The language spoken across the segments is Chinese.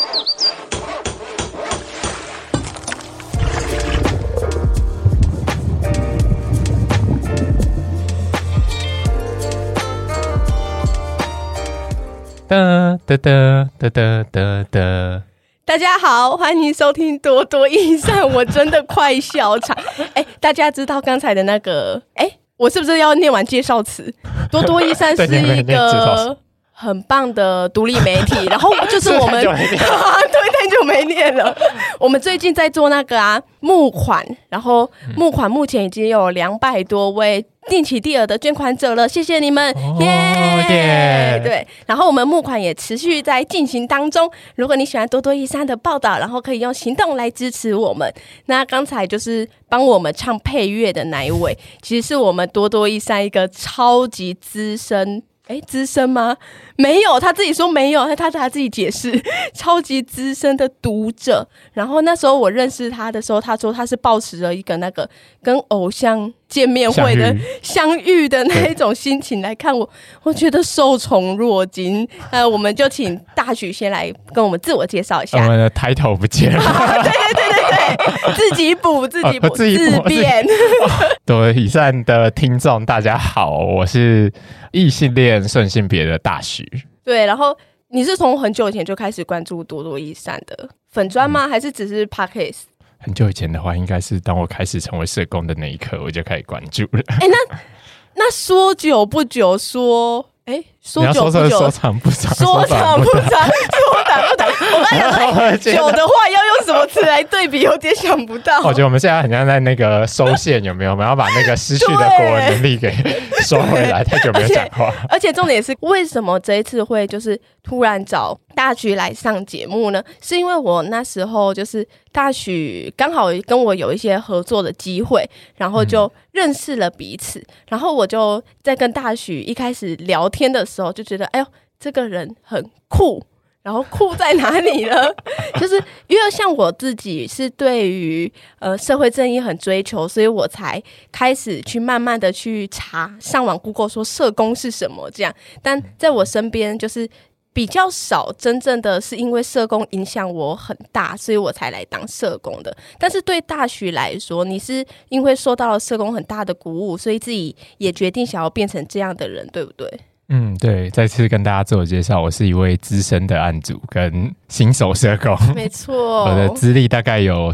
哒哒哒哒哒哒哒。 大家好，欢迎收听多多益善，我真的快笑场。大家知道刚才的那个，我是不是要念完介绍词？多多益善是一个很棒的独立媒体，然后就是我们对，太久没念了。我们最近在做那个募款，然后募款目前已经有200多位定期定额的捐款者了，谢谢你们，对，然后我们募款也持续在进行当中。如果你喜欢多多益善的报道，然后可以用行动来支持我们。那刚才就是帮我们唱配乐的那一位，其实是我们多多益善一个超级资深。资深吗？没有，他自己说没有，他自己解释，超级资深的读者。然后那时候我认识他的时候，他说他是抱持着一个那个跟偶像见面会的相遇的那一种心情来看我觉得受宠若惊。我们就请大许先来跟我们自我介绍一下。 我们的抬头不见了。 对，自己补自辩。 多多益善的听众大家好，我是异性恋顺性别的大许。 对，然后你是从很久以前就开始关注多多益善的粉专吗？还是只是 Podcast？ 很久以前的话，应该是当我开始成为社工的那一刻，我就开始关注了。 那说久不久说。说久不久， 说长不长， 说长不长，说短不短。我刚才想说，久的话要用什么词来对比，有点想不到。 我觉得我们现在很像在那个收线，有没有？我们要把那个失去的国文能力给收回来。太久没有讲话， 而且重点是，为什么这一次会就是突然找大许来上节目呢？是因为我那时候就是大许刚好跟我有一些合作的机会，然后就认识了彼此。然后我就在跟大许一开始聊天的时候，就觉得这个人很酷。然后酷在哪里呢？就是因为像我自己是对于社会正义很追求，所以我才开始去慢慢的去查，上网 Google 说社工是什么这样。但在我身边就是比较少真正的是因为社工影响我很大，所以我才来当社工的。但是对大许来说，你是因为受到了社工很大的鼓舞，所以自己也决定想要变成这样的人，对不对？ 对，再次跟大家自我介绍，我是一位资深的案主跟新手社工。没错， 我的资历大概有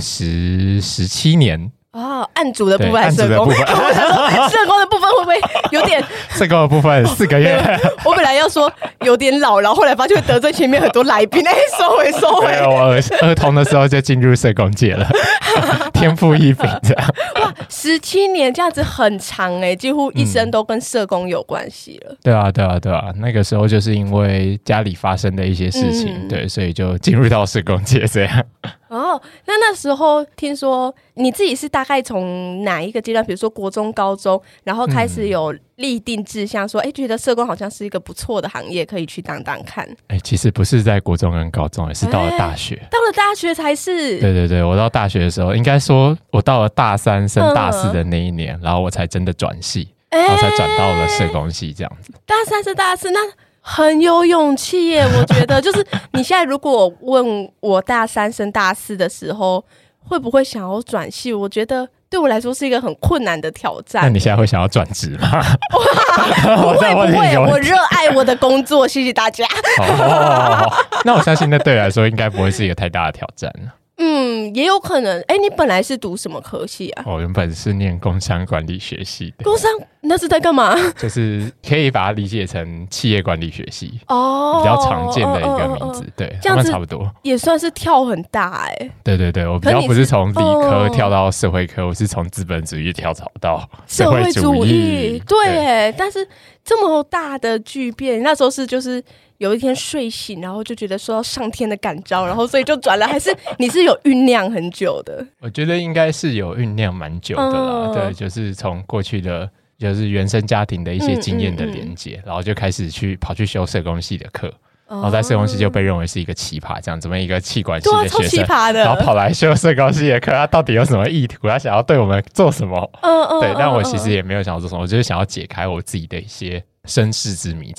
17年。 案主的部分还是社工？社工的部分会不会有点？ 社工的部分4个月。 我本来要说有点老，然后后来发现会得罪前面很多来宾，收回。 我儿童的时候就进入社工界了，天赋异禀这样。 哇，17年这样子很长几乎一生都跟社工有关系了。 对啊，那个时候就是因为家里发生的一些事情，对，所以就进入到社工界这样。 那时候听说你自己是大概从哪一个阶段，比如说国中、高中，然后开始有立定志向说，觉得社工好像是一个不错的行业，可以去当看。 其实不是在国中跟高中，也是到了大学。 到了大学才是。 对，我到大学的时候，应该说我到了大3升大4的那一年，然后我才真的转系，然后才转到了社工系这样子。 大3升大4，那很有勇气耶！我觉得就是你现在如果问我大3升大4的时候会不会想要转系，我觉得对我来说是一个很困难的挑战。 那你现在会想要转职吗？ 不会，我热爱我的工作，谢谢大家。 那我相信那对你来说应该不会是一个太大的挑战。 也有可能。你本来是读什么科系啊？ 我原本是念工商管理学系的。 工商那是在干嘛？就是可以把它理解成企业管理学系比较常见的一个名字。对，这样子差不多也算是跳很大对，我比较不是从理科跳到社会科，我是从资本主义跳槽到社会主义。 对，但是这么大的巨变，那时候是就是有一天睡醒，然后就觉得受到上天的感召，然后所以就转了，还是你是有酝酿很久的？ 我觉得应该是有酝酿蛮久的啦。对，就是从过去的就是原生家庭的一些经验的连结，然后就开始跑去修社工系的课。然后在社工系就被认为是一个奇葩，这样这么一个企管系的学生， 超奇葩的， 然后跑来修社工系的课，他到底有什么意图？他想要对我们做什么？对，但我其实也没有想要做什么，我就是想要解开我自己的一些身世之谜，这样。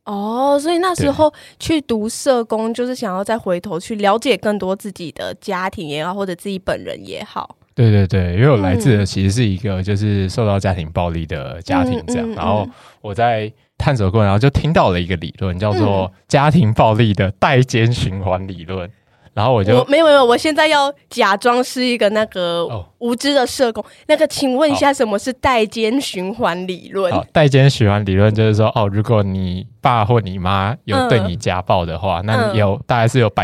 所以那时候去读社工，就是想要再回头去了解更多自己的家庭也好，或者自己本人也好。 对对对，因为我来自的其实是一个就是受到家庭暴力的家庭这样，然后我在探索过程，然后就听到了一个理论叫做家庭暴力的代间循环理论。然后我没有，我现在要假装是一个那个无知的社工。那个，请问一下，什么是代间循环理论？ 代间循环理论就是说，如果你爸或你妈有对你家暴的话，那你大概是有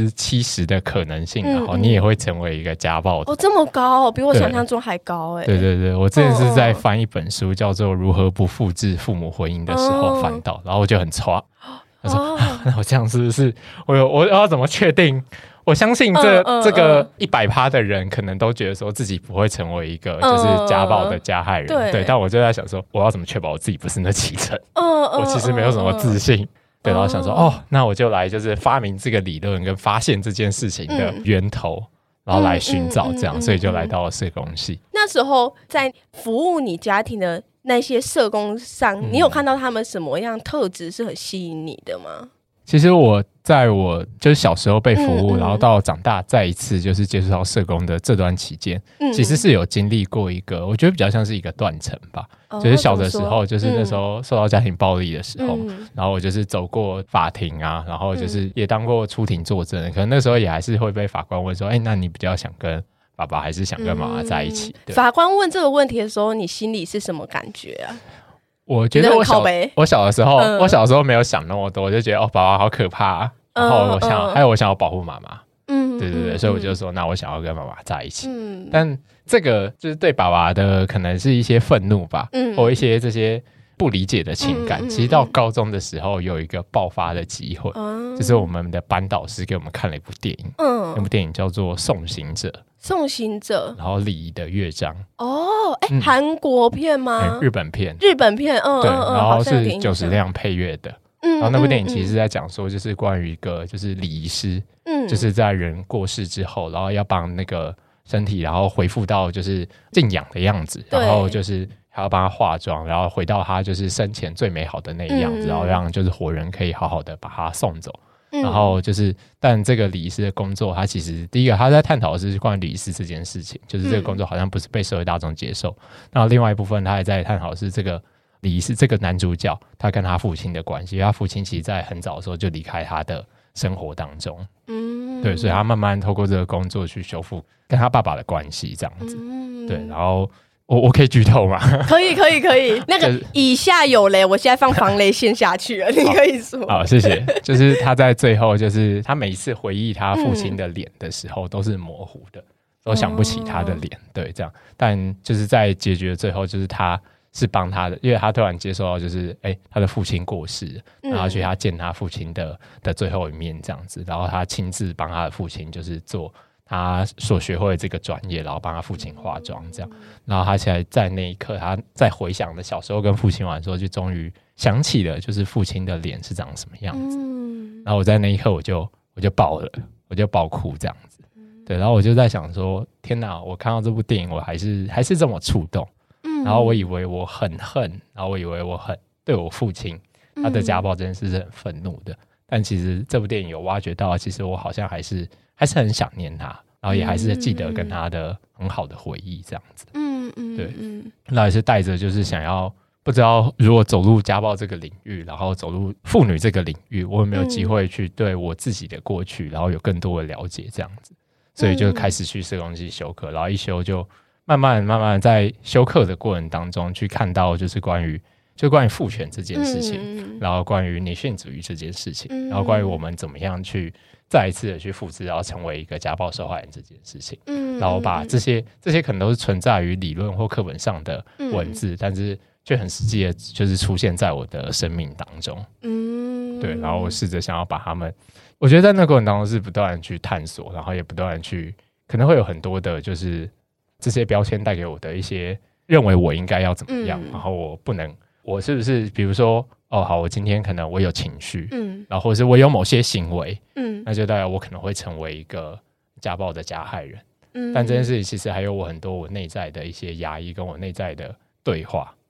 70%的可能性，然后你也会成为一个家暴者。 这么高，比我想象中还高对对对，我之前是在翻一本书，叫做《如何不复制父母婚姻》的时候翻到，然后我就很挫。他说那我这样是不是我要怎么确定？我相信这个100%的人可能都觉得说自己不会成为一个就是家暴的加害人，对。但我就在想说，我要怎么确保我自己不是那7成？我其实没有什么自信，对。然后想说，那我就来就是发明这个理论跟发现这件事情的源头，然后来寻找这样，所以就来到了社工系。 那时候在服务你家庭的那些社工上，你有看到他们什么样特质是很吸引你的吗？ 其实在我就是小时候被服务，然后到长大再一次就是接触到社工的这段期间，其实是有经历过一个我觉得比较像是一个断层吧。就是小的时候，就是那时候受到家庭暴力的时候，然后我就是走过法庭啊，然后就是也当过出庭作证，可能那时候也还是会被法官问说，那你比较想跟爸爸还是想跟妈妈在一起？ 法官问这个问题的时候，你心里是什么感觉啊？ 我觉得我小的时候，我小的时候没有想那么多，我就觉得爸爸好可怕啊。然后还有我想要保护妈妈，对对对，所以我就说那我想要跟妈妈在一起。但这个就是对爸爸的可能是一些愤怒吧，或一些这些不理解的情感。其实到高中的时候有一个爆发的机会，就是我们的班导师给我们看了一部电影，那部电影叫做《送行者》。送行者，然后礼仪的乐章。 韩国片吗？ 日本片。 对， 然后是90辆配乐的。然后那部电影其实是在讲说，就是关于一个就是礼仪师，就是在人过世之后，然后要帮那个身体然后恢复到就是敬仰的样子，然后就是还要帮他化妆，然后回到他就是生前最美好的那个样子，然后让就是活人可以好好的把他送走。然后就是，但这个礼仪师的工作，他其实第一个他在探讨的是关于礼仪师这件事情，就是这个工作好像不是被社会大众接受。然后另外一部分，他也在探讨的是这个礼仪师这个男主角他跟他父亲的关系，因为他父亲其实在很早的时候就离开他的生活当中，对，所以他慢慢透过这个工作去修复跟他爸爸的关系，这样子，对，然后。我可以剧透吗？ 可以。那个以下有雷，我现在放防雷线下去了，你可以说。 好，谢谢。就是他在最后，就是他每一次回忆他父亲的脸的时候，都是模糊的，都想不起他的脸。对，这样。但就是在结局的最后，就是他是帮他的，因为他突然接受到，就是他的父亲过世，然后去他见他父亲的最后一面这样子，然后他亲自帮他的父亲就是做。他所学会的这个专业，然后帮他父亲化妆，这样，然后他现在在那一刻，他在回想的小时候跟父亲玩的时候，就终于想起了，就是父亲的脸是长什么样子。然后我在那一刻，我就爆了，我就爆哭这样子。对，然后我就在想说，天哪！我看到这部电影，我还是这么触动。然后我以为我很恨，然后我以为我很对我父亲他的家暴这件事是很愤怒的，但其实这部电影有挖掘到，其实我好像还是很想念他，然后也还是记得跟他的很好的回忆这样子。对，那也是带着就是想要不知道如果走入家暴这个领域，然后走入妇女这个领域，我有没有机会去对我自己的过去，然后有更多的了解这样子。所以就开始去社工系修课，然后一修就慢慢在修课的过程当中去看到就是关于父权这件事情，然后关于女性主义这件事情，然后关于我们怎么样去再一次的去复制，然后成为一个家暴受害人这件事情，然后把这些可能都是存在于理论或课本上的文字，但是却很实际的就是出现在我的生命当中。对，然后我试着想要把他们，我觉得在那个过程当中是不断的去探索，然后也不断的去，可能会有很多的就是这些标签带给我的一些认为我应该要怎么样，然后我不能，我是不是比如说好，我今天可能我有情绪，然后或者是我有某些行为，那就代表我可能会成为一个家暴的加害人，但这件事情其实还有我很多我内在的一些压抑跟我内在的对话，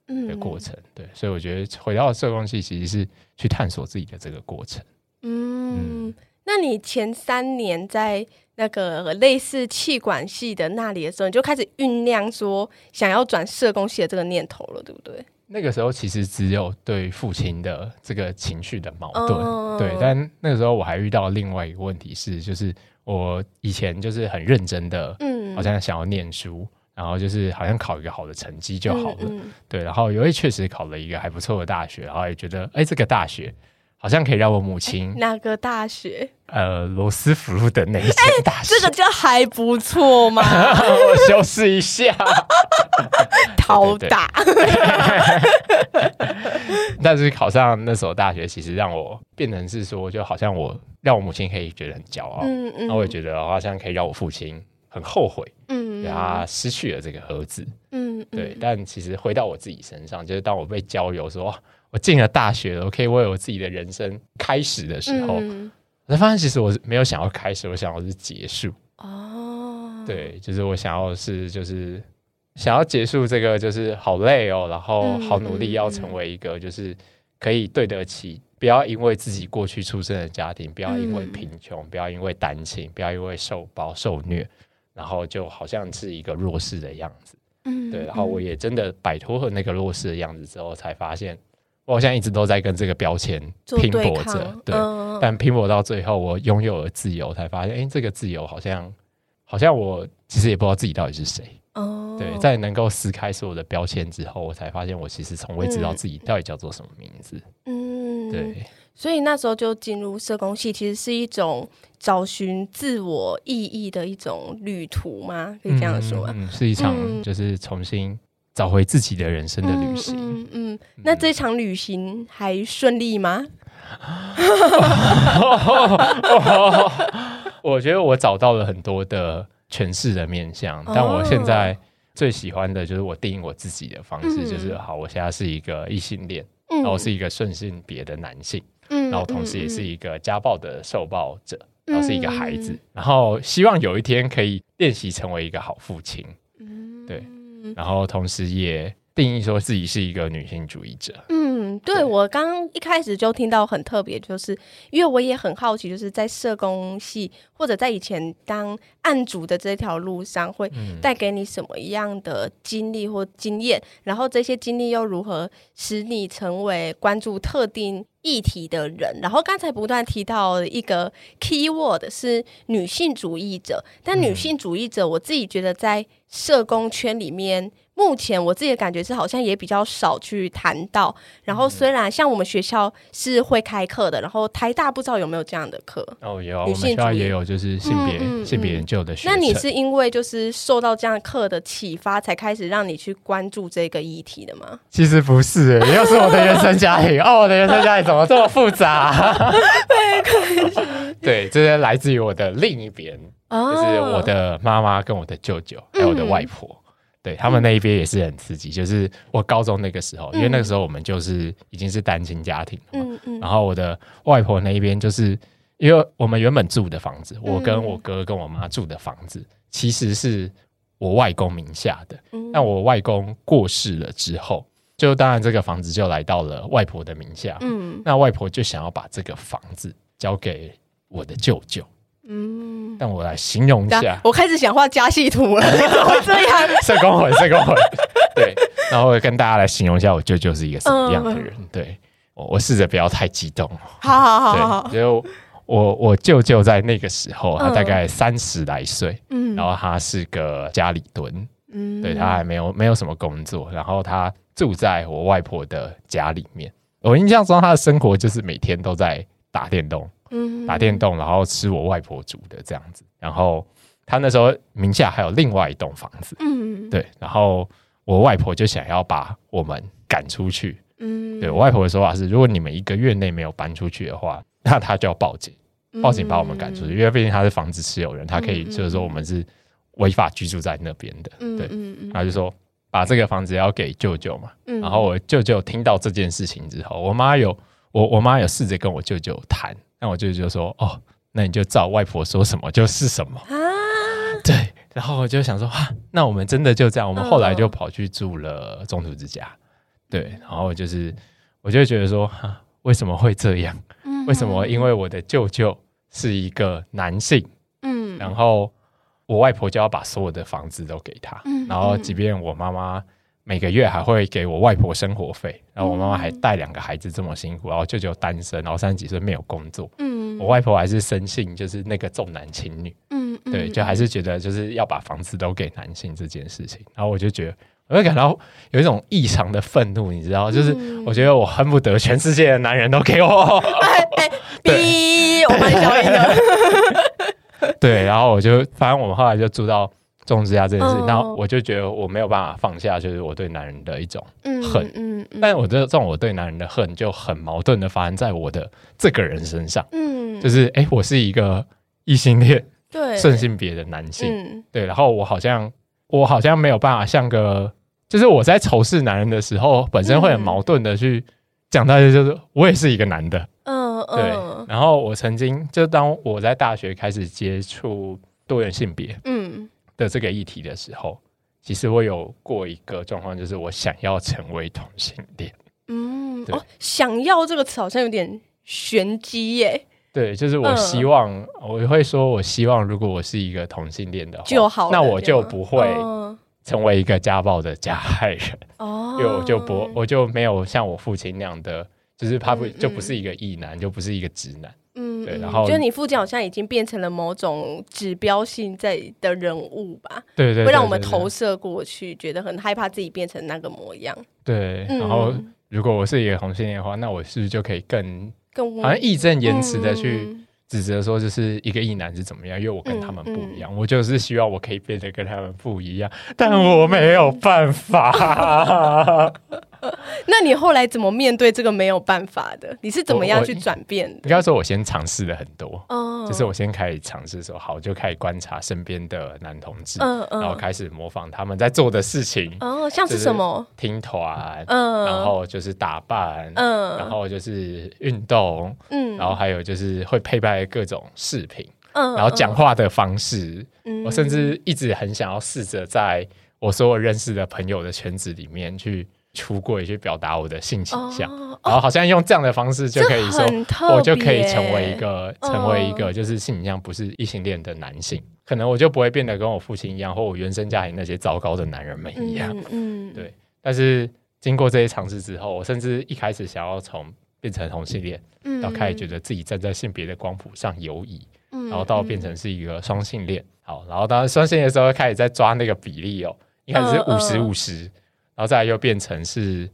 的过程。对，所以我觉得回到社工系其实是去探索自己的这个过程。 那你前3年在那个类似企管系的那里的时候，你就开始酝酿说想要转社工系的这个念头了，对不对？ 那个时候其实只有对父亲的这个情绪的矛盾，对，但那个时候我还遇到另外一个问题是，就是我以前就是很认真的，好像想要念书，然后就是好像考一个好的成绩就好了，对，然后确实考了一个还不错的大学，然后也觉得这个大学好像可以让我母亲哪个大学？ 罗斯福路的那一间大学， 这个就还不错嘛。 我修饰一下， 好大。 但是考上那所大学，其实让我变成是说，就好像让我母亲可以觉得很骄傲，那我也觉得好像可以让我父亲很后悔，给他失去了这个儿子，对。但其实回到我自己身上，就是当我被交由说我进了大学了，我可以为我自己的人生开始的时候，我才发现其实我没有想要开始，我想要是结束。对，就是我想要是就是想要结束这个就是好累哦，然后好努力要成为一个就是可以对得起，不要因为自己过去出生的家庭，不要因为贫穷，不要因为单亲，不要因为受暴受虐，然后就好像是一个弱势的样子。对，然后我也真的摆脱了那个弱势的样子之后，才发现我好像一直都在跟这个标签拼搏着，对，但拼搏到最后，我拥有了自由，才发现，这个自由好像我其实也不知道自己到底是谁。对，在能够撕开所有的标签之后，我才发现我其实从未知道自己到底叫做什么名字。对， 所以那时候就进入社工系，其实是一种找寻自我意义的一种旅途吗？可以这样说吗？ 是一场就是重新找回自己的人生的旅行。 那这场旅行还顺利吗？ 我觉得我找到了很多的诠释的面向，但我现在最喜欢的就是我定义我自己的方式，就是好，我现在是一个异性恋，然后是一个顺性别的男性，然后同时也是一个家暴的受暴者，然后是一个孩子，然后希望有一天可以练习成为一个好父亲。对，然后同时也定义说自己是一个女性主义者。 对，我刚一开始就听到很特别，就是因为我也很好奇，就是在社工系或者在以前当案主的这条路上，会带给你什么样的经历或经验，然后这些经历又如何使你成为关注特定议题的人。然后刚才不断提到一个 keyword 是女性主义者，但女性主义者我自己觉得在社工圈里面，目前我自己的感觉是好像也比较少去谈到。然后虽然像我们学校是会开课的，然后台大不知道有没有这样的课。 有，我们学校也有就是性别研究的学程。 那你是因为就是受到这样课的启发，才开始让你去关注这个议题的吗？ 其实不是，又是我的原生家庭。我的原生家庭怎么这么复杂？对，这是来自于我的另一边，就是我的妈妈跟我的舅舅还有我的外婆。对，他们那一边也是很刺激，就是我高中那个时候，因为那个时候我们就是已经是单亲家庭了嘛，然后我的外婆那一边就是因为我们原本住的房子，我跟我哥跟我妈住的房子其实是我外公名下的，但我外公过世了之后，就当然这个房子就来到了外婆的名下，那外婆就想要把这个房子交给我的舅舅。但我来形容一下， 我开始想画家系图了。怎么会这样？ 社工魂。对，然后我跟大家来形容一下我舅舅是一个什么样的人。对，我试着不要太激动。 好。 对，就我舅舅在那个时候，他大概30来岁，然后他是个家里蹲，对，他还没有什么工作，然后他住在我外婆的家里面。我印象中他的生活就是每天都在打电动，然后吃我外婆煮的这样子。然后他那时候名下还有另外一栋房子，对，然后我外婆就想要把我们赶出去。对，我外婆的说法是，如果你们1个月内没有搬出去的话，那他就要报警把我们赶出去，因为毕竟他是房子持有人，他可以就是说我们是违法居住在那边的。对，他就说把这个房子要给舅舅嘛。然后我舅舅听到这件事情之后，我妈有试着跟我舅舅谈，但我舅舅说那你就照外婆说什么就是什么对，然后我就想说那我们真的就这样，我们后来就跑去住了中途之家。 对，然后就是我就会觉得说为什么会这样？为什么？因为我的舅舅是一个男性，然后我外婆就要把所有的房子都给他，然后即便我妈妈每个月还会给我外婆生活费，然后我妈妈还带2个孩子这么辛苦，然后舅舅单身，然后30几岁没有工作，我外婆还是深信就是那个重男轻女，对，就还是觉得就是要把房子都给男性这件事情，然后我就觉得我会感到有一种异常的愤怒，你知道，就是我觉得我恨不得全世界的男人都给我， 逼我帮你消音了。 对，然后反正我们后来就住到重之家这件事，那我就觉得我没有办法放下，就是我对男人的一种恨，但我这种我对男人的恨就很矛盾的发生在我的这个人身上，就是我是一个异性恋，对，顺性别的男性，对，然后我好像没有办法像个，就是我在仇视男人的时候，本身会很矛盾的去讲到，就是我也是一个男的，对，然后我曾经就当我在大学开始接触多元性别，的这个议题的时候，其实我有过一个状况，就是我想要成为同性恋。 想要这个词好像有点玄机耶。 对，就是我希望，我会说，我希望如果我是一个同性恋的话， 就好， 那我就不会成为一个家暴的加害人。因为我就没有像我父亲那样的，就是他就不是一个异男，就不是一个直男。对，然后就是你父亲好像已经变成了某种指标性的人物吧？ 对， 会让我们投射过去，觉得很害怕自己变成那个模样。 对，然后如果我是一个同性恋的话，那我是不是就可以更好像义正言辞的去指责说，就是一个异男是怎么样？因为我跟他们不一样，我就是希望我可以变得跟他们不一样，但我没有办法。 那你后来怎么面对这个没有办法的？你是怎么样去转变的？ 应该说，我先尝试了很多，就是我先开始尝试说，好，就开始观察身边的男同志，然后开始模仿他们在做的事情， 像是什么？ 听团，然后就是打扮，然后就是运动，然后还有就是会配备各种饰品，然后讲话的方式，我甚至一直很想要试着在我所有认识的朋友的圈子里面去出柜，去表达我的性倾向，然后好像用这样的方式就可以说，我就可以成为一个就是性倾向不是异性恋的男性，可能我就不会变得跟我父亲一样，或我原生家庭那些糟糕的男人们一样。对。但是经过这些尝试之后，我甚至一开始想要从变成同性恋，到开始觉得自己站在性别的光谱上游移，然后到变成是一个双性恋。好，然后当双性恋的时候开始在抓那个比例一开始是50-50，然后再来又变成是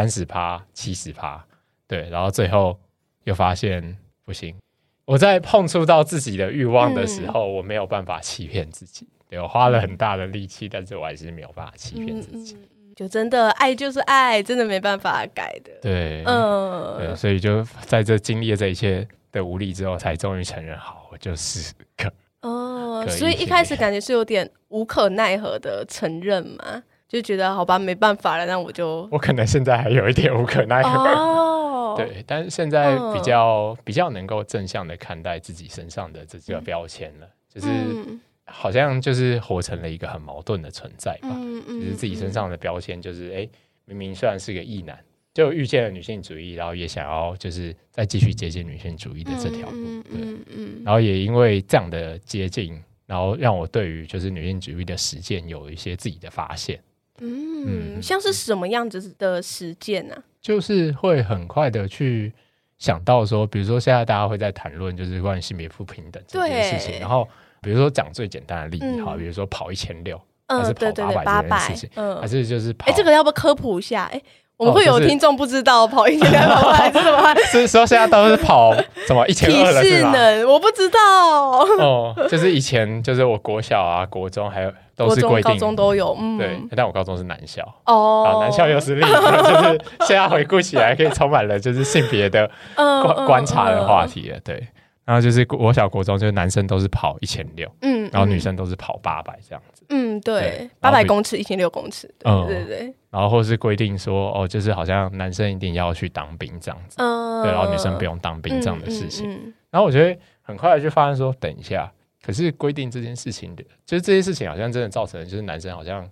30%-70%，对，然后最后又发现不行，我在碰触到自己的欲望的时候，我没有办法欺骗自己，对，我花了很大的力气，但是我还是没有办法欺骗自己。 就真的爱就是爱，真的没办法改的。 对，对，所以就在这经历了这一切的无力之后，才终于承认，好，我就是个所以一开始感觉是有点无可奈何的承认嘛，就觉得好吧，没办法了，那我可能现在还有一点无可奈何，对，但是现在比较能够正向的看待自己身上的这个标签了，就是好像就是活成了一个很矛盾的存在吧，就是自己身上的标签就是明明虽然是个异男，就遇见了女性主义，然后也想要就是再继续接近女性主义的这条路，对，然后也因为这样的接近，然后让我对于就是女性主义的实践有一些自己的发现。 像是什么样子的实践呢？ 就是会很快的去想到说，比如说现在大家会在谈论就是关于性别不平等这件事情，然后比如说讲最简单的例子，比如说跑1600，还是跑800这件事情，还是就是跑， 这个要不要科普一下？我们会有听众不知道跑1600跑800是什么？ 是说现在都是跑什么1200了是吗？体适能我不知道就是以前就是我国小啊、国中还有都是规定， 高中都有， 对，但我高中是男校男校又是另一个，就是现在回顾起来可以充满了就是性别的观察的话题了，对。然后就是国小国中就是男生都是跑1600，然后女生都是跑800这样子， 对，800公尺1600公尺，对， 然后或是规定说就是好像男生一定要去当兵这样子，对，然后女生不用当兵这样的事情，然后我觉得很快就发现说，等一下，可是规定这件事情的，就是这些事情好像真的造成就是男生好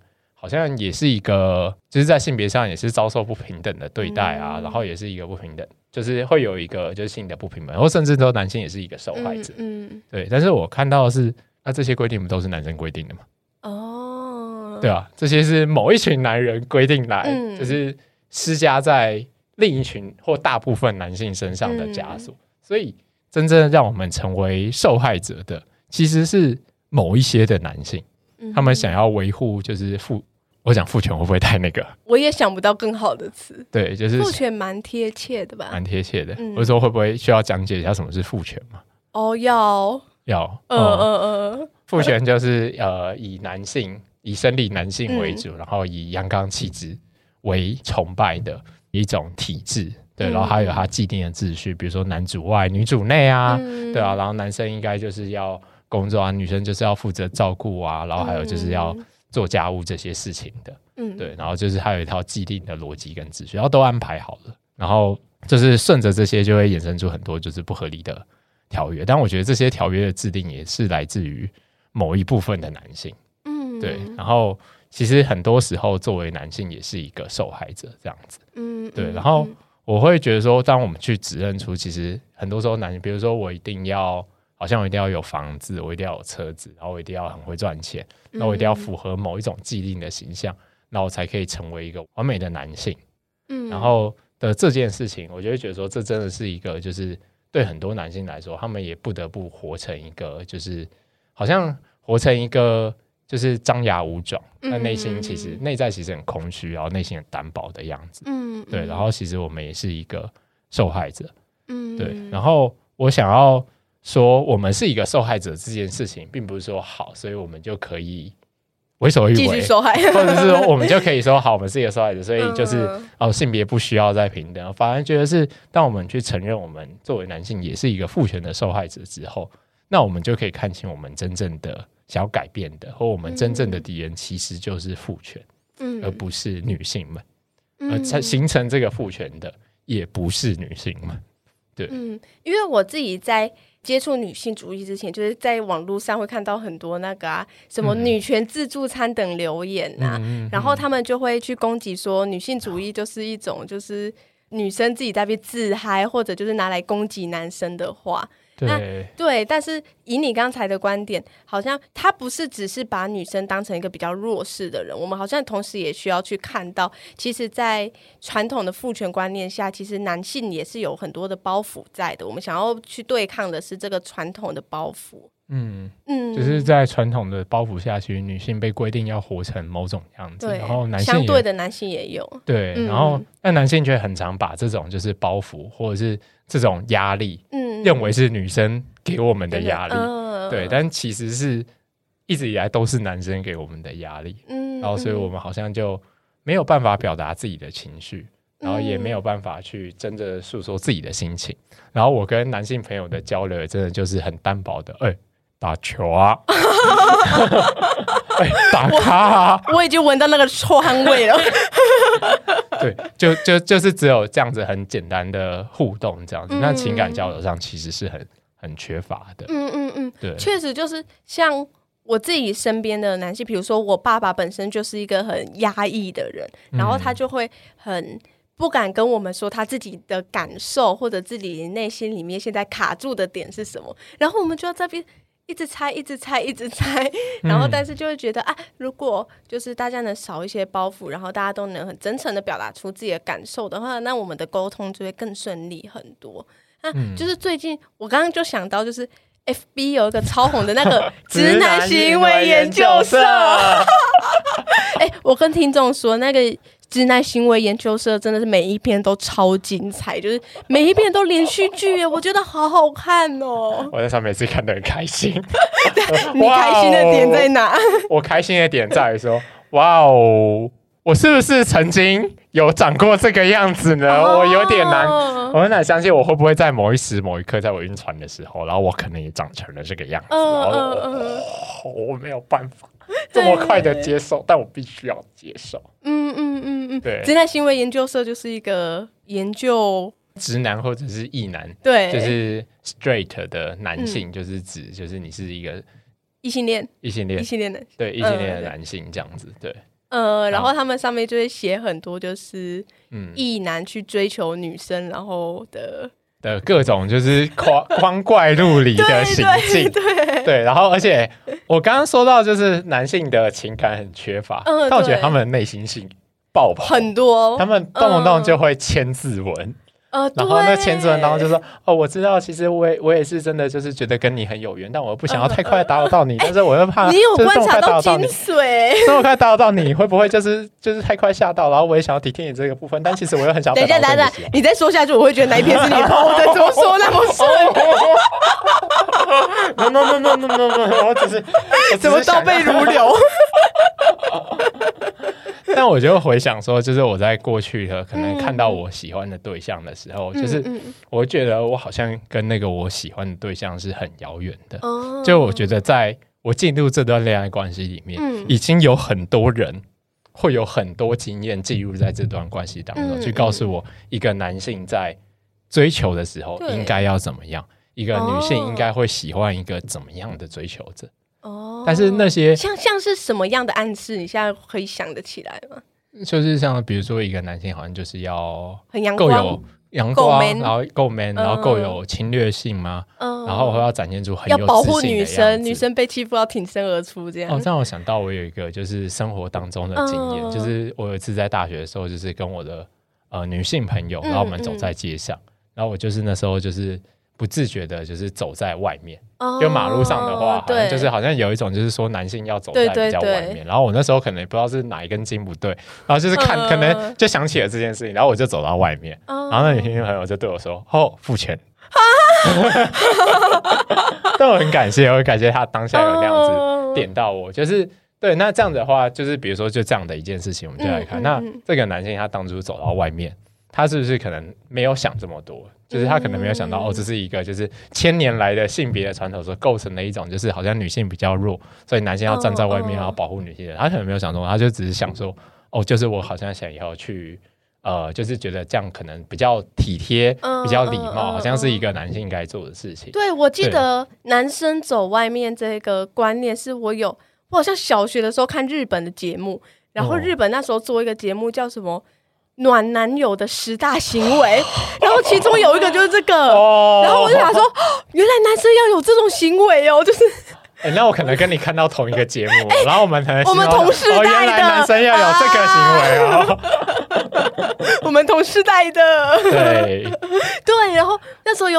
好像也是一个，就是在性别上也是遭受不平等的对待啊，然后也是一个不平等，就是会有一个就是性的不平等，或甚至说男性也是一个受害者。对。但是我看到的是，那这些规定不都是男生规定的吗？对啊，这些是某一群男人规定来，就是施加在另一群或大部分男性身上的枷锁。所以真正让我们成为受害者的，其实是某一些的男性，他们想要维护就是我讲父权会不会太那个？ 我也想不到更好的词。 对，就是父权蛮贴切的吧？ 蛮贴切的。我说会不会需要讲解一下什么是父权嘛？要。父权就是以生理男性为主，然后以阳刚气质为崇拜的一种体制。对，然后还有他既定的秩序，比如说男主外女主内啊，对啊，然后男生应该就是要工作啊，女生就是要负责照顾啊，然后还有就是要做家务这些事情的。对，然后就是还有一套既定的逻辑跟秩序，然后都安排好了，然后就是顺着这些就会衍生出很多就是不合理的条约。但我觉得这些条约的制定也是来自于某一部分的男性。对，然后其实很多时候作为男性也是一个受害者这样子。对，然后我会觉得说，当我们去指认出其实很多时候男性，比如说我一定要有房子，我一定要有车子，然后我一定要很会赚钱，那我一定要符合某一种既定的形象，那我才可以成为一个完美的男性。然后的这件事情，我就会觉得说，这真的是一个就是对很多男性来说，他们也不得不活成一个就是好像活成一个就是张牙舞爪，但内在其实很空虚，然后内心很单薄的样子。对，然后其实我们也是一个受害者。对，然后我想要说，我们是一个受害者这件事情，并不是说好，所以我们就可以为所欲为， 继续受害， 或者是说我们就可以说好，我们是一个受害者，所以就是性别不需要再平等。反而觉得是，当我们去承认我们作为男性也是一个父权的受害者之后，那我们就可以看清我们真正的想要改变的，或我们真正的敌人其实就是父权，而不是女性们。而形成这个父权的也不是女性们。对， 因为我自己在接触女性主义之前，就是在网络上会看到很多那个什么女权自助餐等留言啊，然后他们就会去攻击说女性主义就是一种就是女生自己在被自嗨，或者就是拿来攻击男生的话。对，但是以你刚才的观点，好像他不是只是把女生当成一个比较弱势的人，我们好像同时也需要去看到，其实在传统的父权观念下，其实男性也是有很多的包袱在的，我们想要去对抗的是这个传统的包袱。 就是在传统的包袱下，其实女性被规定要活成某种样子，然后男性相对的男性也有。 对，然后但男性却很常把这种就是包袱或者是这种压力，认为是女生给我们的压力。对，但其实是一直以来都是男生给我们的压力。然后所以我们好像就没有办法表达自己的情绪，然后也没有办法去真的诉说自己的心情。然后我跟男性朋友的交流真的就是很单薄的，打球啊，打卡啊， 我已经闻到那个臭汗味了。 对，就是只有这样子很简单的互动这样子，那情感交流上其实是很缺乏的。对， 确实就是像我自己身边的男性，比如说我爸爸本身就是一个很压抑的人，然后他就会很不敢跟我们说他自己的感受，或者自己内心里面现在卡住的点是什么，然后我们就要这边一直猜，然后但是就会觉得如果就是大家能少一些包袱，然后大家都能很真诚的表达出自己的感受的话，那我们的沟通就会更顺利很多。就是最近我刚刚就想到，就是 FB 有一个超红的那个直男行为研究社。我跟听众说，那个直男行为研究社真的是每一篇都超精彩，就是每一篇都连续剧耶，我觉得好好看哦。 我在上面每次看得很开心。 你开心的点在哪？ 我开心的点在于说，哇哦，我是不是曾经有长过这个样子呢？我有点难，我很难相信我会不会在某一时某一刻，在我晕船的时候，然后我可能也长成了这个样子。我没有办法这么快的接受，但我必须要接受。对， 直男行为研究社就是一个研究直男或者是异男， 对， 就是 straight 的男性，就是指就是你是一个异性恋的，对，异性恋的男性这样子，对。 然后他们上面就会写很多就是异男去追求女生然后的各种就是光怪陆离的行径，对，然后而且我刚刚说到就是男性的情感很缺乏，但我觉得他们内心性爆棚很多， 他们动不动就会签字文。然后那签字文当中就说我知道其实我也是真的就是觉得跟你很有缘，但我不想要太快打扰到你，但是我又怕你有观察到精髓， 这么快打扰到你会不会就是太快吓到，然后我也想要体贴你这个部分，但其实我又很想要等一下你再说下去我会觉得那一篇是你PO的怎么说那么顺 no 我只是怎么倒背如流但我就回想说就是我在过去的可能看到我喜欢的对象的时候，就是我会觉得我好像跟那个我喜欢的对象是很遥远的，就我觉得在我进入这段恋爱关系里面，已经有很多人会有很多经验进入在这段关系当中，去告诉我一个男性在追求的时候应该要怎么样，一个女性应该会喜欢一个怎么样的追求者。但是那些像是什么样的暗示你现在可以想得起来吗？ 就是像比如说一个男性好像就是要很阳光， 够有阳光，然后够 man，然后够有侵略性嘛，然后要展现出很有自信的样子，要保护女生，女生被欺负要挺身而出这样。 这样我想到我有一个就是生活当中的经验，就是我有一次在大学的时候，就是跟我的女性朋友，然后我们走在街上，然后我就是那时候就是不自觉的就是走在外面，就马路上的话好像有一种就是说男性要走在比较外面，然后我那时候可能不知道是哪一根筋不对，然后就是可能就想起了这件事情，然后我就走到外面，然后那女性朋友就对我说付钱但我很感谢他当下有那样子点到我，就是对。那这样的话就是比如说就这样的一件事情我们就来看，那这个男性他当初走到外面，他是不是可能没有想这么多，就是他可能没有想到这是一个就是千年来的性别的传统所构成的一种就是好像女性比较弱，所以男性要站在外面然后保护女性的，他可能没有想说，他就只是想说就是我好像想要去就是觉得这样可能比较体贴比较礼貌，好像是一个男性该做的事情。 对，我记得男生走外面这个观念是我好像小学的时候看日本的节目，然后日本那时候做一个节目叫什么暖男友的10大行为然后其中有一个就是这个然后我就想说原来男生要有这种行为就是那我可能跟你看到同一个节目然后我们可能我们同世代的原来男生要有这个行为我们同世代的对， 然后那时候有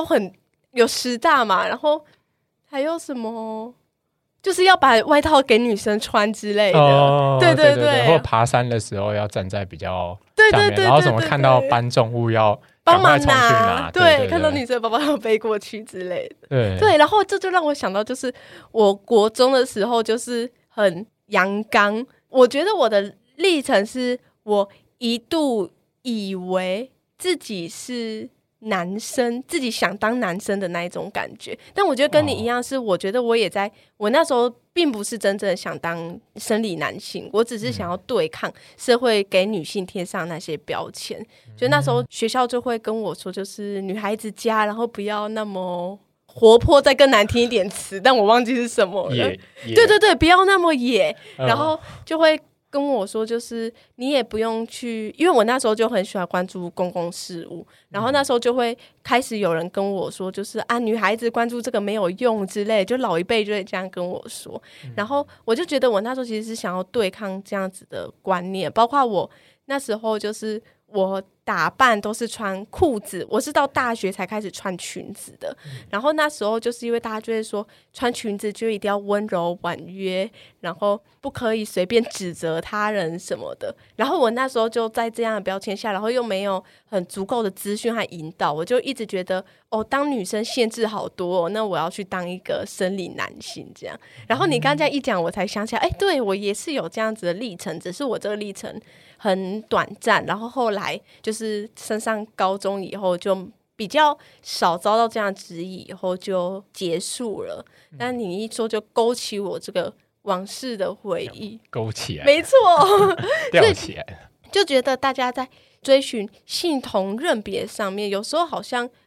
10大嘛，然后还有什么就是要把外套给女生穿之类的对， 或者爬山的时候要站在比较下面，然后什么看到搬重物要帮忙拿， 对，看到女生包包要背过去之类的，对，然后这就让我想到，就是我国中的时候就是很阳刚，我觉得我的历程是我一度以为自己是男生，自己想当男生的那一种感觉，但我觉得跟你一样是我觉得我那时候并不是真正想当生理男性，我只是想要对抗社会给女性贴上那些标签，就那时候学校就会跟我说就是女孩子家，然后不要那么活泼，再更难听一点词但我忘记是什么了，对，不要那么野，然后就会跟我说就是你也不用去，因为我那时候就很喜欢关注公共事务，然后那时候就会开始有人跟我说就是女孩子关注这个没有用之类，就老一辈就会这样跟我说，然后我就觉得我那时候其实是想要对抗这样子的观念，包括我那时候就是我打扮都是穿裤子，我是到大学才开始穿裙子的，然后那时候就是因为大家就会说穿裙子就一定要温柔婉约，然后不可以随便指责他人什么的，然后我那时候就在这样的标签下，然后又没有很足够的资讯和引导，我就一直觉得当女生限制好多那我要去当一个生理男性这样，然后你刚才一讲我才想起来对，我也是有这样子的历程，只是我这个历程很短暂，然后后来就是升上高中以后就比较少遭到这样质疑，以后就结束了，但你一说就勾起我这个往事的回忆， 勾起来， 没错吊起来， 就觉得大家在追寻性同认别上面有时候好像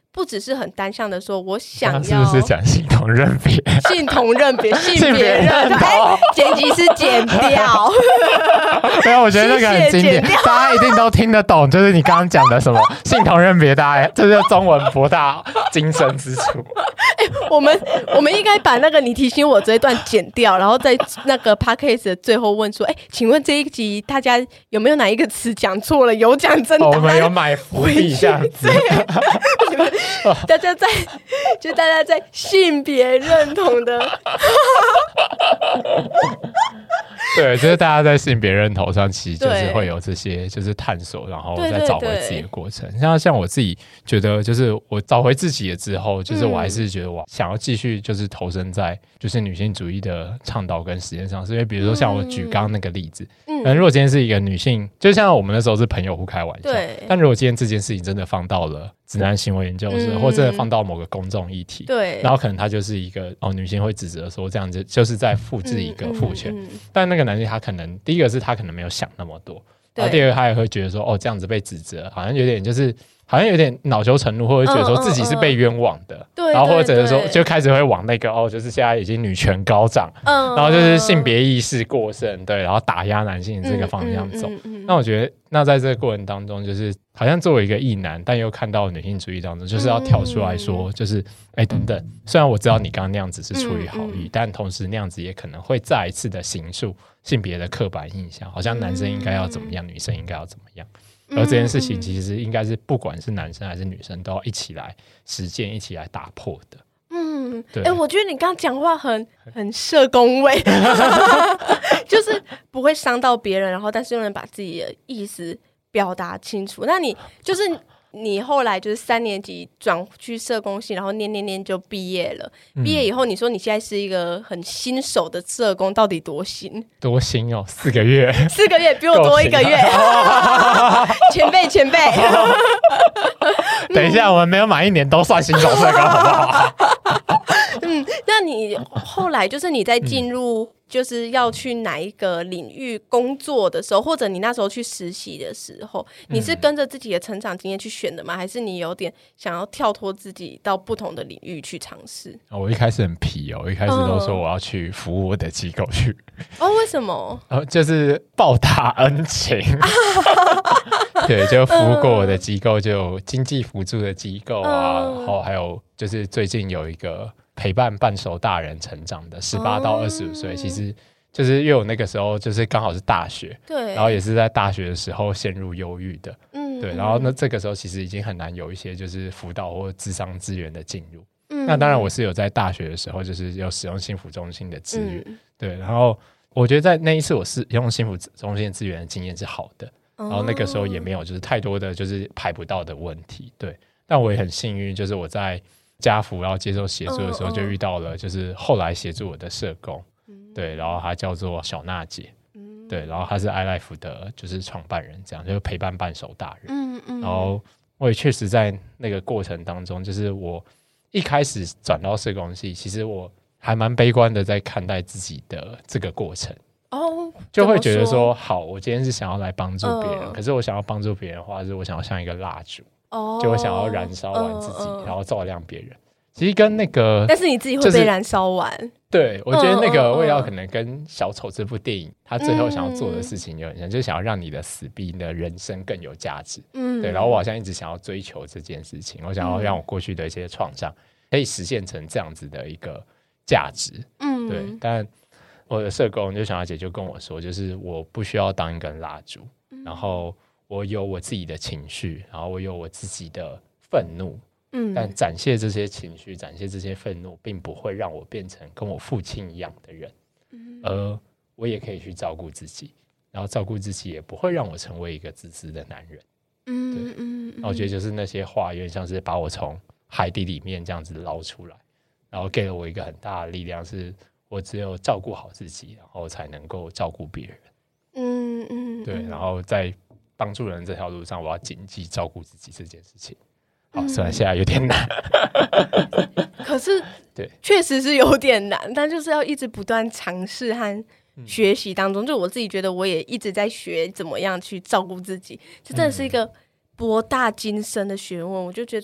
不只是很单向的说我想要， 是不是讲性同认别？ 性同认别，性别认同，剪辑师剪掉。 没有，我觉得那个很经典，大家一定都听得懂，就是你刚刚讲的什么性同认别，大家这是中文博大精深之处。 我们应该把那个你提醒我这一段剪掉，然后在那个 podcast 的最后问说，请问这一集大家有没有哪一个词讲错了？有讲真答案， 我们有买伏笔这样子。 大家在性别认同的， 对，就是大家在性别认同上，其实就是会有这些就是探索，然后再找回自己的过程。像我自己觉得，就是我找回自己了之后，就是我还是觉得我想要继续就是投身在就是女性主义的倡导跟实践上，是因为比如说像我举刚刚那个例子，如果今天是一个女性，就像我们那时候是朋友互开玩笑，但如果今天这件事情真的放到了直男行为研究社，或真的放到某个公众议题， 对， 然后可能他就是一个女性会指责说这样子就是在复制一个父权，但那个男性他可能第一个是他可能没有想那么多，然后第二个他也会觉得说这样子被指责好像有点恼羞成怒，或者觉得说自己是被冤枉的，然后或者是说就开始会往那个就是现在已经女权高涨，然后就是性别意识过剩，对，然后打压男性这个方向走。那我觉得那在这个过程当中，就是好像作为一个异男，但又看到女性主义当中，就是要跳出来说，就是等等，虽然我知道你刚刚那样子是出于好意，但同时那样子也可能会再一次的形塑性别的刻板印象，好像男生应该要怎么样，女生应该要怎么样。而这件事情其实应该是不管是男生还是女生都要一起来实践，一起来打破的。对， 我觉得你刚刚讲话很社工味，就是不会伤到别人，然后但是又能把自己的意思表达清楚。那你就是你后来就是3年级转去社工系，然后念就毕业了。毕业以后，你说你现在是一个很新手的社工，到底多新？ 多新哦，4个月 ，4个月比我多1个月，前辈。 等一下，我们没有满1年都算新手社工，好不好？ 那你后来就是你在进入就是要去哪一个领域工作的时候，或者你那时候去实习的时候，你是跟着自己的成长经验去选的吗？还是你有点想要跳脱自己到不同的领域去尝试？ 我一开始很皮我一开始都说我要去服务我的机构去。 为什么？ 就是报答恩情。对，就服务过我的机构，就有经济辅助的机构啊，然后还有就是最近有一个陪伴半熟大人成长的18到25岁，其实就是因为我那个时候就是刚好是大学， 对， 然后也是在大学的时候陷入忧郁的，对，然后这个时候其实已经很难有一些就是辅导或諮商资源的进入，那当然我是有在大学的时候就是有使用幸福中心的资源，对，然后我觉得在那一次我是用幸福中心的资源的经验是好的，然后那个时候也没有就是太多的就是排不到的问题，对，但我也很幸运，就是我在家福要接受协助的时候就遇到了就是后来协助我的社工，对，然后他叫做小娜姐，对，然后他是 iLife 的就是创办人，这样就是陪伴半熟大人，然后我也确实在那个过程当中，就是我一开始转到社工系，其实我还蛮悲观的在看待自己的这个过程，就会觉得说好，我今天是想要来帮助别人，可是我想要帮助别人的话，是我想要像一个蜡烛，就我想要燃烧完自己，然后照亮别人。其实跟那个， 但是你自己会被燃烧完。 对，我觉得那个味道可能跟小丑这部电影他最后想要做的事情有点像，就是想要让你的死比你的人生更有价值。对，然后我好像一直想要追求这件事情，我想要让我过去的一些创伤可以实现成这样子的一个价值。对，但我的社工就小娜姐就跟我说，就是我不需要当一根蜡烛，然后我有我自己的情绪，然后我有我自己的愤怒，但展现这些情绪，展现这些愤怒，并不会让我变成跟我父亲一样的人，而我也可以去照顾自己，然后照顾自己也不会让我成为一个自私的男人。对，然后我觉得就是那些话有点像是把我从海底里面这样子捞出来，然后给了我一个很大的力量，是我只有照顾好自己，然后才能够照顾别人。对，然后在帮助人这条路上，我要谨记照顾自己这件事情。好，虽然现在有点难， 可是对，确实是有点难，但就是要一直不断尝试和学习当中。就我自己觉得，我也一直在学怎么样去照顾自己，这真的是一个博大精深的学问。我就觉得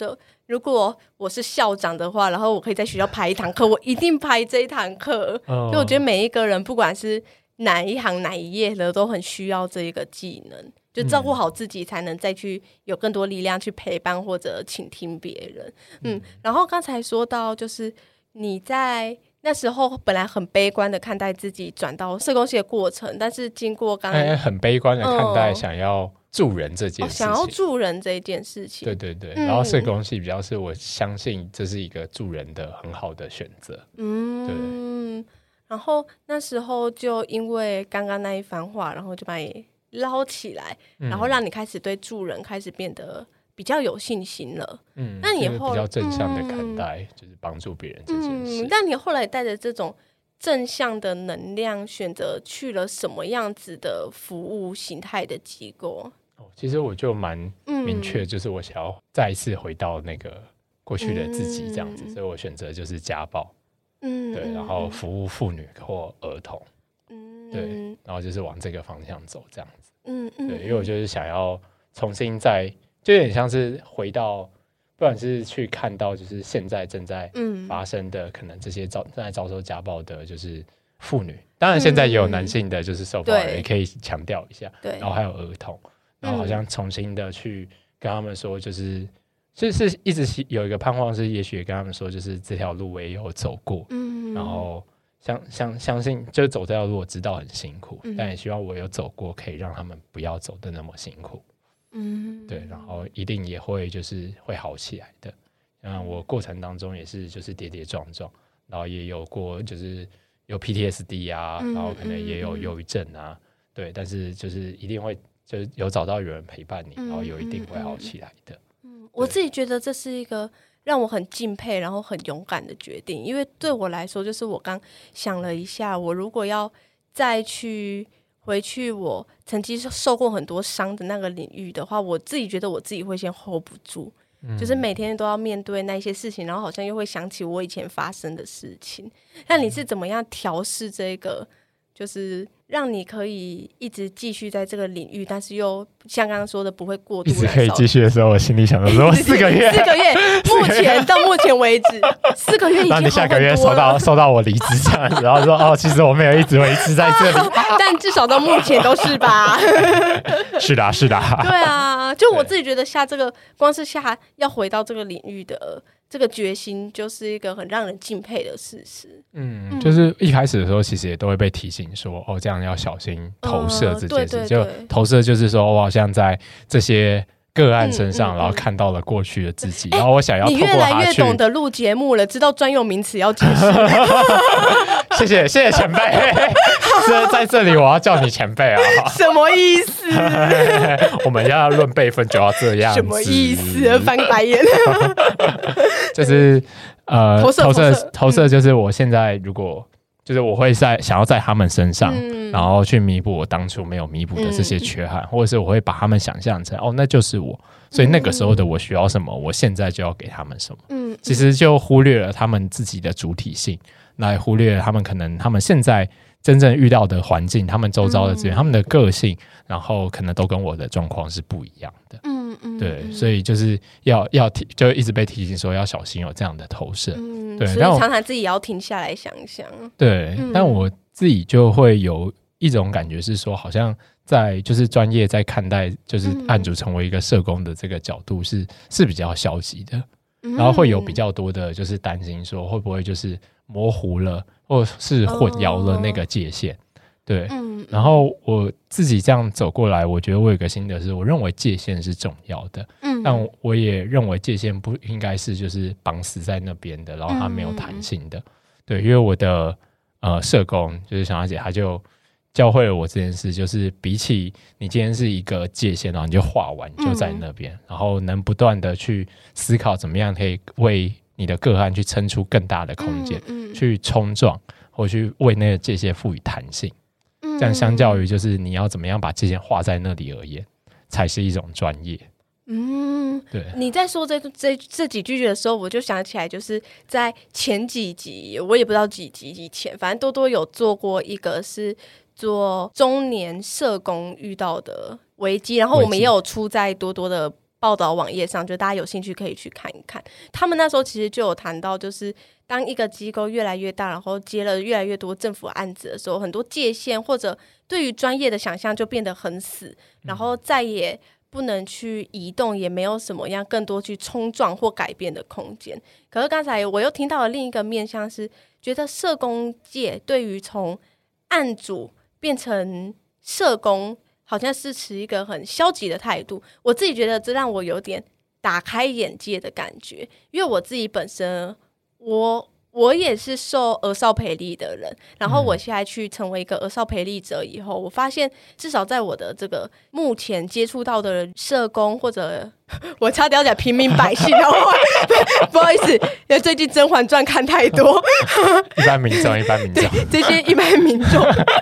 如果我是校长的话，然后我可以在学校排一堂课，我一定排这一堂课。所以我觉得每一个人不管是哪一行哪一业的都很需要这一个技能，就照顾好自己才能再去有更多力量去陪伴或者倾听别人。然后刚才说到就是你在那时候本来很悲观的看待自己转到社工系的过程，但是经过很悲观的看待想要助人这件事情， 想要助人这一件事情， 对对对，然后社工系比较是我相信这是一个助人的很好的选择。对。 然后那时候就因为刚刚那一番话，然后就把你捞起来，然后让你开始对助人开始变得比较有信心了。那你后比较正向的看待，就是帮助别人这件事。 但你后来带着这种正向的能量，选择去了什么样子的服务形态的机构？ 其实我就蛮明确，就是我想要再一次回到那个过去的自己这样子，所以我选择就是家暴。对，然后服务妇女或儿童。对，然后就是往这个方向走这样子。对，因为我就是想要重新就有点像是回到，不管是去看到就是现在正在发生的可能这些正在遭受家暴的就是妇女，当然现在也有男性的就是受暴人，也可以强调一下。对，然后还有儿童，然后好像重新的去跟他们说，就是一直有一个盼望是，也许跟他们说，就是这条路我也有走过，然后相信就是走这条路我知道很辛苦，但也希望我有走过，可以让他们不要走的那么辛苦。对，然后一定也会就是会好起来的。我过程当中也是就是跌跌撞撞，然后也有过就是有 PTSD 啊，然后可能也有忧郁症啊，对，但是就是一定会就是有找到有人陪伴你，然后一定会好起来的。 我自己觉得这是一个让我很敬佩然后很勇敢的决定，因为对我来说就是我刚想了一下，我如果要再回去我曾经受过很多伤的那个领域的话，我自己觉得我自己会先 hold 不住，就是每天都要面对那些事情，然后好像又会想起我以前发生的事情。那你是怎么样调试这个，就是让你可以一直继续在这个领域，但是又像刚刚说的不会过度， 一直可以继续的时候，我心里想说4个月到目前为止4个月已经好很多了。 然后你下个月收到我离职这样子，然后说其实我没有一直维持在这里但至少到目前都是吧是的对啊，就我自己觉得光是下要回到这个领域的这个决心，就是一个很让人敬佩的事实。 就是一开始的时候其实也都会被提醒说这样要小心投射这件事，就投射就是说我好像在这些个案身上，然后看到了过去的自己，然后我想要透过他去， 你越来越懂得录节目了，知道专用名词要解释谢谢前辈在这里我要叫你前辈啊什么意思我们要论辈分就要这样子， 什么意思翻白眼就是投射就是我现在如果就是我会想要在他们身上，然后去弥补我当初没有弥补的这些缺憾，或者是我会把他们想象成那就是我，所以那个时候的我需要什么，我现在就要给他们什么。其实就忽略了他们自己的主体性，来忽略了他们现在真正遇到的环境，他们周遭的资源，他们的个性，然后可能都跟我的状况是不一样的。对，所以就是就一直被提醒说要小心有这样的投射。对， 所以常常自己也要停下来想一想。 对，但我自己就会有一种感觉是说，好像在就是专业在看待就是案主成为一个社工的这个角度是比较消极的，然后会有比较多的就是担心说会不会就是模糊了或是混淆了那个界限。对，然后我自己这样走过来，我觉得我有个心得是，我认为界限是重要的，但我也认为界限不应该是就是绑死在那边的，然后它没有弹性的。对，因为我的社工就是小娜姐，她就教会了我这件事，就是比起你今天是一个界限，然后你就画完你就在那边，然后能不断的去思考怎么样可以为你的个案去撑出更大的空间，去冲撞或去为那个界限赋予弹性。这样相较于就是你要怎么样把界限画在那里而言，才是一种专业。对。 你在说这几句的时候，我就想起来，就是在前几集，我也不知道几集以前，反正多多有做过一个是做中年社工遇到的危机，然后我们也有出在多多的报道网页上，就大家有兴趣可以去看一看。他们那时候其实就有谈到，就是当一个机构越来越大，然后接了越来越多政府案子的时候，很多界限或者对于专业的想象就变得很死，然后再也不能去移动，也没有什么样更多去冲撞或改变的空间。可是刚才我又听到了另一个面向，是觉得社工界对于从案主变成社工好像是持一个很消极的态度，我自己觉得这让我有点打开眼界的感觉。因为我自己本身我也是受儿少培力的人，然后我现在去成为一个儿少培力者以后，我发现至少在我的这个目前接触到的社工，或者我差点要讲平民百姓，然后不好意思，因为最近《甄嬛传》看太多， 一般民众这些一般民众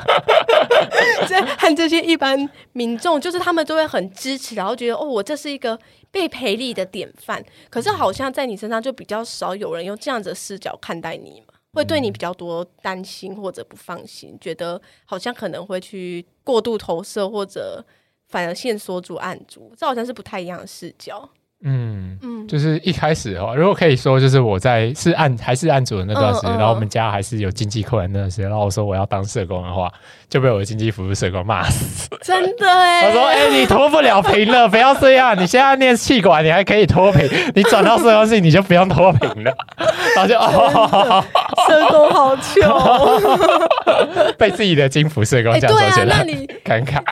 和这些一般民众，就是他们都会很支持，然后觉得我这是一个被培力的典范。可是好像在你身上就比较少有人用这样子的视角看待你嘛，会对你比较多担心或者不放心，觉得好像可能会去过度投射，或者反而限缩住案主，这好像是不太一样的视角。 就是一开始的话，如果可以说，就是我在还是案主的那段时间，然后我们家还是有经济困难那段时间，然后我说我要当社工的话，就被我的经济服务社工骂死。 真的耶， 我说你脱不了贫了，不要这样，你现在念气管你还可以脱贫，你转到社工系你就不用脱贫了。然后就社工好穷， 被自己的金服社工这样说起来， 那你尴尬。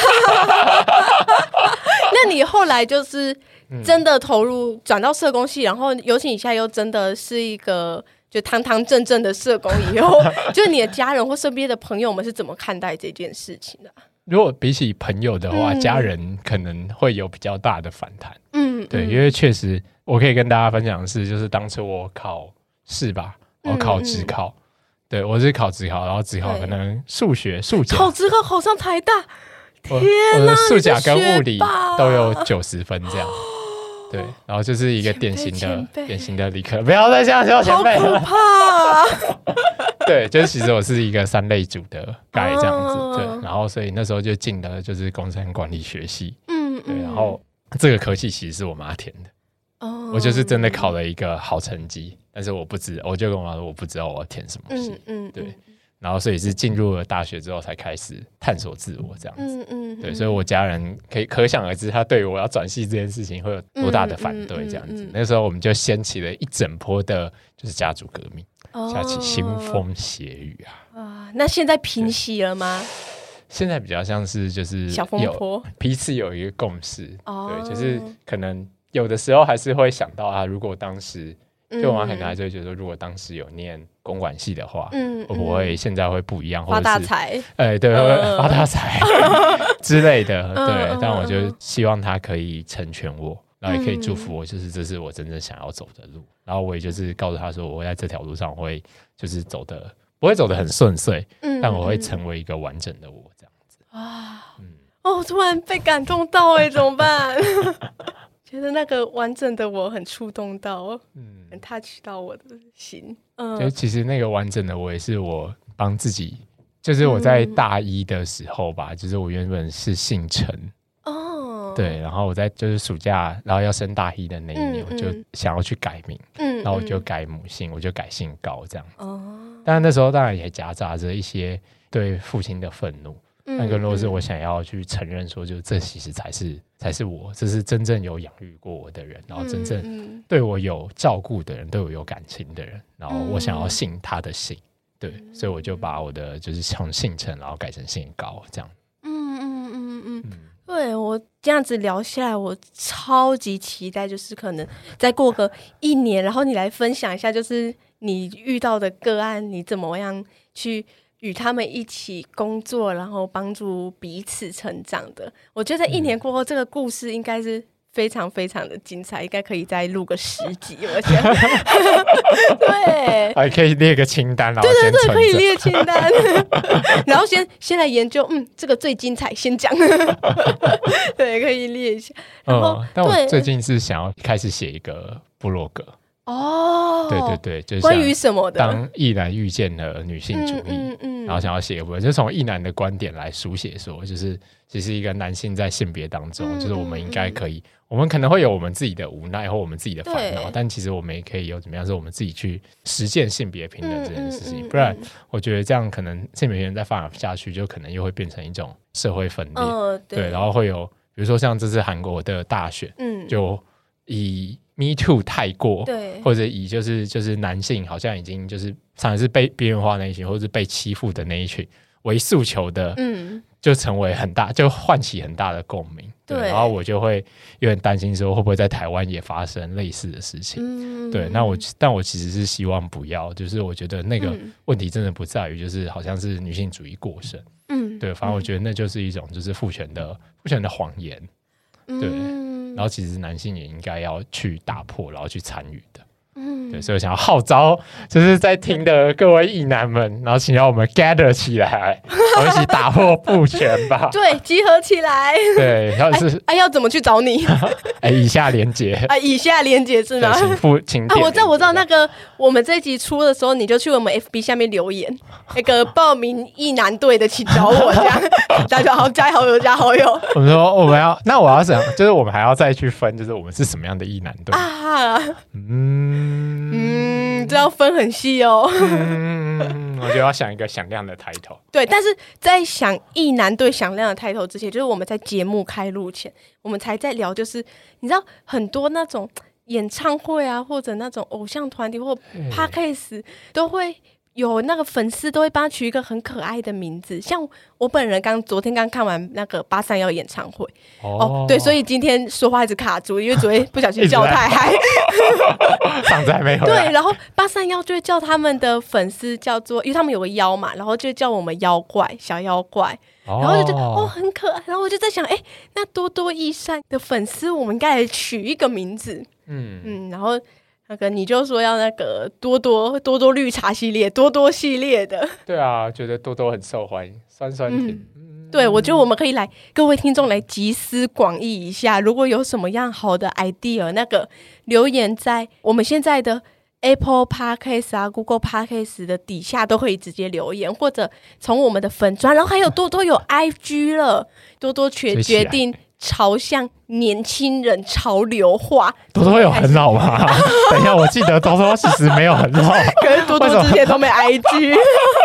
那你后来就是真的投入转到社工系，然后尤其你现在又真的是一个就堂堂正正的社工以后，就是你的家人或身边的朋友们是怎么看待这件事情的？ 如果比起朋友的话，家人可能会有比较大的反弹。对，因为确实我可以跟大家分享的是，就是当初我考试吧，我考指考，对，我是考指考，然后指考可能数学、数甲， 考指考考上台大， 我的数甲跟物理都有90分这样。对，然后就是一个典型的理科，不要再这样叫前辈了， 好可怕对，就是其实我是一个3类组的概这样子，对，然后所以那时候就进了就是工商管理学系，对，然后这个科系其实是我妈填的，我就是真的考了一个好成绩，但是我就跟我妈说我不知道我要填什么系，对。然后所以是进入了大学之后才开始探索自我这样子，对，所以我家人可想而知，他对于我要转系这件事情会有多大的反对这样子。那时候我们就掀起了一整波的，就是家族革命，下起腥风血雨啊。 那现在平息了吗？ 现在比较像是就是小风波， 彼此有一个共识，对，就是可能有的时候还是会想到如果当时。就我妈可能还是会觉得说，如果当时有念公管系的话，会不会现在会不一样， 发大财？ 对，发大财之类的。对，但我就希望他可以成全我，然后也可以祝福我，就是这是我真正想要走的路。然后我也就是告诉他说，我在这条路上会就是不会走得很顺遂，但我会成为一个完整的我这样子。 突然被感动到怎么办？觉得那个完整的我很触动到，很 touch 到我的心。 就其实那个完整的我也是我帮自己，就是我在大一的时候吧，就是我原本是姓陈，对，然后我在就是暑假，然后要升大一的那一年，我就想要去改名，然后我就改母姓，我就改姓高这样子。但那时候当然也夹杂着一些对父亲的愤怒。那更多是我想要去承认说，就这其实才是我，这是真正有养育过我的人，然后真正对我有照顾的人，对我有感情的人，然后我想要姓他的姓，对，所以我就把我的就是从姓陈，然后改成姓高这样。 对，我这样子聊下来，我超级期待，就是可能再过个1年，然后你来分享一下，就是你遇到的个案，你怎么样去与他们一起工作，然后帮助彼此成长的。我觉得在1年过后，这个故事应该是非常非常的精彩，应该可以再录个10集，我想。对， 还可以列个清单，然后对，可以列清单，然后先来研究，这个最精彩，先讲。对，可以列一下。然后， 但我最近是想要开始写一个部落格。 哦， 对对对，就是关于什么的？ 当异男遇见了女性主义，然后想要写一部，就从异男的观点来书写说，就是其实一个男性在性别当中，就是我们应该可以，我们可能会有我们自己的无奈或我们自己的烦恼，但其实我们也可以有怎么样，是我们自己去实现性别平等这件事情，不然我觉得这样可能性别平等再发展下去，就可能又会变成一种社会分裂，对，然后会有比如说像这次韩国的大选，就以Me Too 太过，对，或者以就是男性好像已经就是常常是被边缘化那一群，或者是被欺负的那一群为诉求的，就成为很大，就唤起很大的共鸣。对，然后我就会有点担心说，会不会在台湾也发生类似的事情？对，但我其实是希望不要，就是我觉得那个问题真的不在于就是好像是女性主义过剩，对，反正我觉得那就是一种就是父权的谎言，对。然后其实男性也应该要去打破，然后去参与的。对，所以我想要号召，就是在听的各位异男们，然后请让我们 gather 起来，我们一起打破父权吧。 对，集合起来。 对， 要怎么去找你？ 以下连结以下连结是吗？ 请我知道那个我们这一集出的时候，你就去我们 FB 下面留言，那个报名异男队的，请找我，这样大家好，加好友，加好友。 我们说我要想，就是我们还要再去分，就是我们是什么样的异男队啊？ 这要分很细哦。 我就要想一个响亮的title。 对，但是在想异男对响亮的title之前，就是我们在节目开录前，我们才在聊，就是你知道很多那种演唱会啊，或者那种偶像团体或 podcast 都会有那个粉丝都会帮他取一个很可爱的名字，像我本人昨天刚看完那个831演唱会对，所以今天说话一直卡住，因为昨天不小心叫太嗨， 嗓子还没回来。 对，然后831就会叫他们的粉丝叫做，因为他们有个妖嘛，然后就叫我们妖怪、小妖怪，然后就觉得很可爱，然后我就在想，那多多益善的粉丝，我们应该来取一个名字，然后。那个你就说要那个多多绿茶系列，多多系列的。对啊，觉得多多很受欢迎，酸酸甜。 对，我觉得我们可以各位听众来集思广益一下，如果有什么样好的 idea， 那个留言在我们现在的 Apple Podcast 啊 Google Podcast 的底下都可以直接留言，或者从我们的粉专，然后还有多多有 IG 了，多多决定朝向年轻人潮流化。 多多有很老吗？等一下，我记得多多其实没有很老， 可是多多之前都没 IG。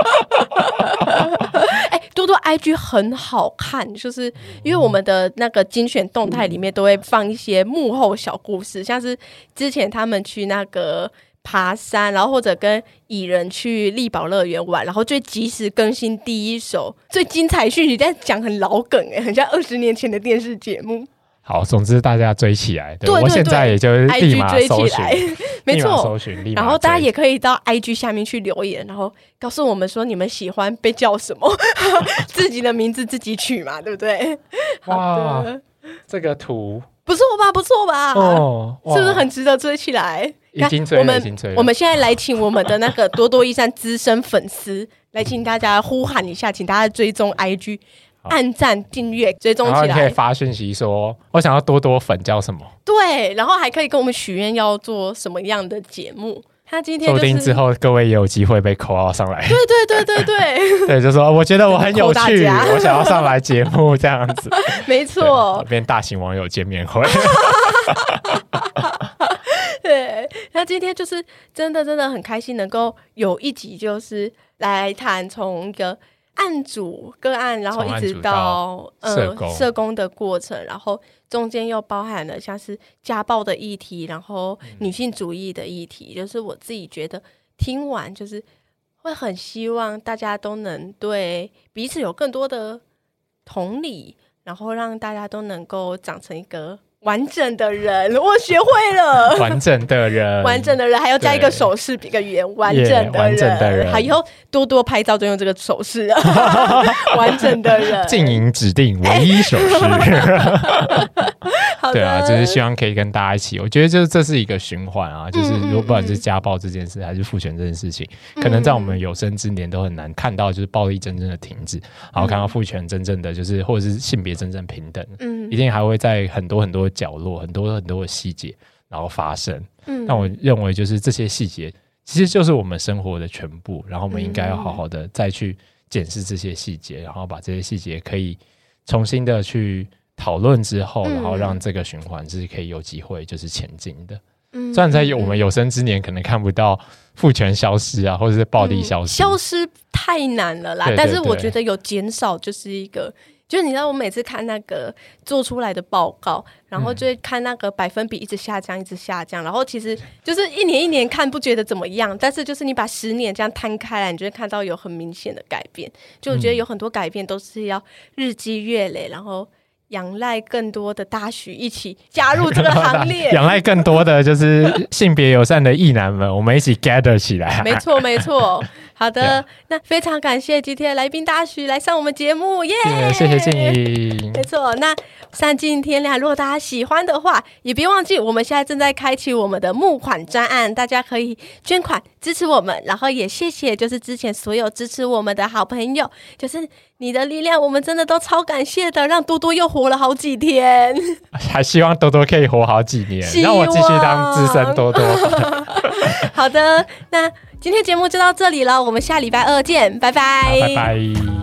多多 IG 很好看，就是因为我们的那个精选动态里面都会放一些幕后小故事，像是之前他们去那个爬山，然后或者跟蚁人去力宝乐园玩，然后就及时更新第一手最精彩讯息，在讲很老梗很像20年前的电视节目。 好，总之大家追起来，对，我现在也就是立马搜寻， 没错， 搜寻， 然后大家也可以到 IG 下面去留言，然后告诉我们说你们喜欢被叫什么，自己的名字自己取嘛，对不对？ 哇，这个图不错吧？不错吧？是不是很值得追起来？ 已经追了， 我们现在来请我们的那个多多益善资深粉丝来请大家呼喊一下，请大家追踪 IG。按赞订阅追踪起来， 然后你可以发讯息说我想要多多粉叫什么， 对，然后还可以跟我们许愿要做什么样的节目。他今天说不定之后各位也有机会被call上来， 对对，就说我觉得我很有趣，我想要上来节目这样子。 没错， 变大型网友见面会。 对，他今天就是真的很开心能够有一集就是来谈从一个案主个案，然后一直到社工的过程，然后中间又包含了像是家暴的议题，然后女性主义的议题，就是我自己觉得听完就是会很希望大家都能对彼此有更多的同理，然后让大家都能够长成一个完整的人。我学会了完整的人， 完整的人还要加一个手势比个圆，完整的人，还以后多多拍照就用这个手势。完整的人， 经营指定唯一手势。对啊，就是希望可以跟大家一起，我觉得这是一个循环啊，就是如果不管是家暴这件事还是父权这件事情，可能在我们有生之年都很难看到就是暴力真正的停止，然后看到父权真正的就是或者是性别真正平等，一定还会在很多角落很多的细节， 然后发生。但我认为就是这些细节其实就是我们生活的全部，然后我们应该要好好的再去检视这些细节，然后把这些细节可以重新的去讨论之后，然后让这个循环是可以有机会就是前进的。虽然在我们有生之年可能看不到父权消失啊，或者是暴力消失， 消失太难了啦。对对对，但是我觉得有减少就是一个，就是你知道我每次看那个做出来的报告，然后就会看那个百分比一直下降一直下降，然后其实就是一年一年看不觉得怎么样，但是就是你把10年这样摊开来，你就会看到有很明显的改变。就我觉得有很多改变都是要日积月累，然后仰赖更多的大许一起加入这个行列， 仰赖更多的就是性别友善的异男们，我们一起 gather 起来。 没错没错。好的，那非常感谢今天的来宾大许来上我们节目，耶！ 谢谢静怡。 没错，那善尽天良，如果大家喜欢的话，也别忘记我们现在正在开启我们的募款专案，大家可以捐款支持我们，然后也谢谢就是之前所有支持我们的好朋友，就是你的力量我们真的都超感谢的，让多多又活了好几天， 还希望多多可以活好几年，让我继续当资深多多。 好的，那今天节目就到这里了，我们下礼拜2见，拜拜， 拜拜。